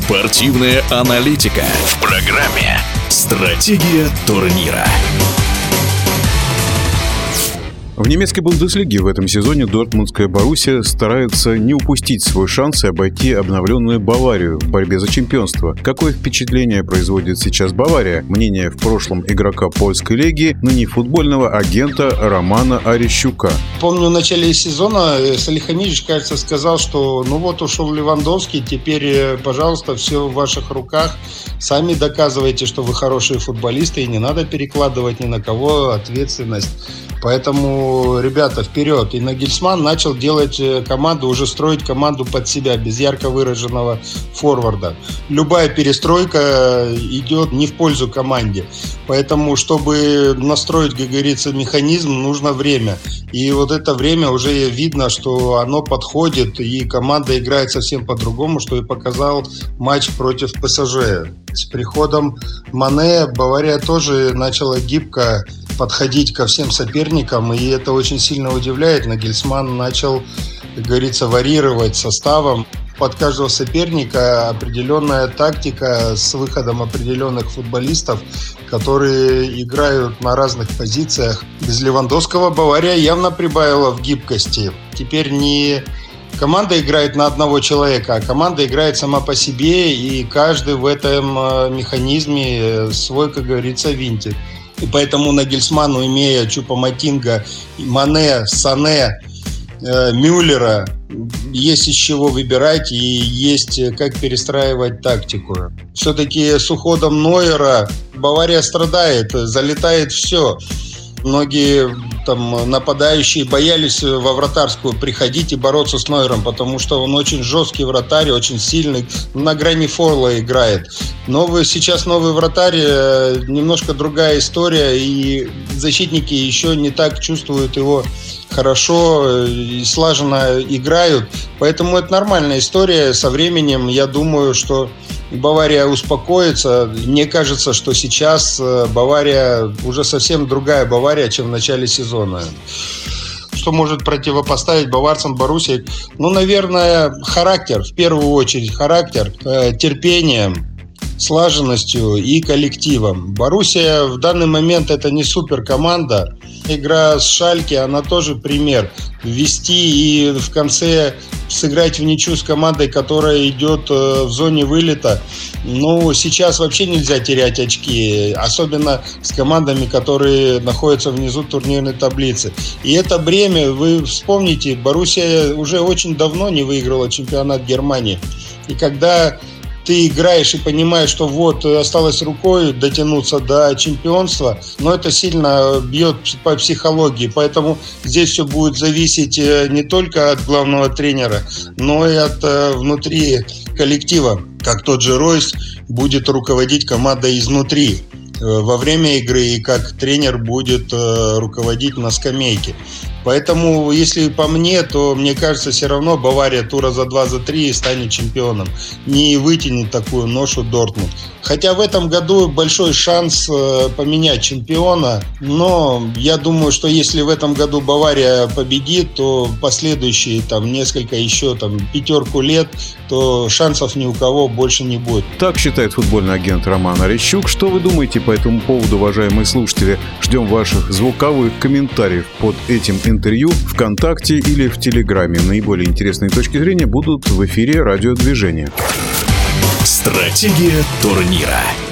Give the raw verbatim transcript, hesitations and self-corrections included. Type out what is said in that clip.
Спортивная аналитика в программе «Стратегия турнира». В немецкой Бундеслиге в этом сезоне дортмундская Боруссия старается не упустить свой шанс и обойти обновленную Баварию в борьбе за чемпионство. Какое впечатление производит сейчас Бавария? Мнение в прошлом игрока польской лиги, ныне футбольного агента Романа Орещука. Помню, в начале сезона Салихамидович, кажется, сказал, что ну вот ушел Левандовский, теперь, пожалуйста, все в ваших руках. Сами доказывайте, что вы хорошие футболисты, и не надо перекладывать ни на кого ответственность. Поэтому, ребята, вперед. И Нагельсман начал делать команду, уже строить команду под себя, без ярко выраженного форварда. Любая перестройка идет не в пользу команде. Поэтому, чтобы настроить, как говорится, механизм, нужно время. И вот это время уже видно, что оно подходит, и команда играет совсем по-другому, что и показал матч против ПСЖ. С приходом Мане Бавария тоже начала гибко подходить ко всем соперникам, и это очень сильно удивляет. Нагельсман начал, как говорится, варьировать составом. Под каждого соперника определенная тактика с выходом определенных футболистов, которые играют на разных позициях. Без Левандовского Бавария явно прибавила в гибкости. Теперь не команда играет на одного человека, а команда играет сама по себе, и каждый в этом механизме свой, как говорится, винтик. И поэтому Нагельсману, имея Чупо-Мотинга, Мане, Сане, э, Мюллера, есть из чего выбирать и есть как перестраивать тактику. Все-таки с уходом Нойера Бавария страдает, залетает все. Многие там нападающие боялись во вратарскую приходить и бороться с Нойером, потому что он очень жесткий вратарь, очень сильный, на грани фола играет. Новый, сейчас новый вратарь, немножко другая история, и защитники еще не так чувствуют его хорошо и слаженно играют. Поэтому это нормальная история. Со временем, я думаю, что Бавария успокоится. Мне кажется, что сейчас Бавария уже совсем другая Бавария, чем в начале сезона. Что может противопоставить баварцам Боруссии? Ну, наверное, характер. В первую очередь характер, терпение, слаженностью и коллективом. Боруссия в данный момент это не суперкоманда. Игра с Шальке, она тоже пример. Ввести и в конце сыграть в ничью с командой, которая идет в зоне вылета. Ну, сейчас вообще нельзя терять очки, особенно с командами, которые находятся внизу турнирной таблицы. И это бремя, вы вспомните, Боруссия уже очень давно не выиграла чемпионат Германии. И когда ты играешь и понимаешь, что вот осталось рукой дотянуться до чемпионства, но это сильно бьет по психологии. Поэтому здесь все будет зависеть не только от главного тренера, но и от внутри коллектива. Как тот же Ройс будет руководить командой изнутри во время игры и как тренер будет руководить на скамейке. Поэтому, если по мне, то мне кажется, все равно Бавария тура за два, за три станет чемпионом. Не вытянет такую ношу Дортмунд. Хотя в этом году большой шанс поменять чемпиона. Но я думаю, что если в этом году Бавария победит, то последующие там несколько еще там пятерку лет, то шансов ни у кого больше не будет. Так считает футбольный агент Роман Орещук. Что вы думаете по этому поводу, уважаемые слушатели? Ждем ваших звуковых комментариев под этим интервью ВКонтакте или в Телеграме. Наиболее интересные точки зрения будут в эфире радиодвижения. Стратегия турнира.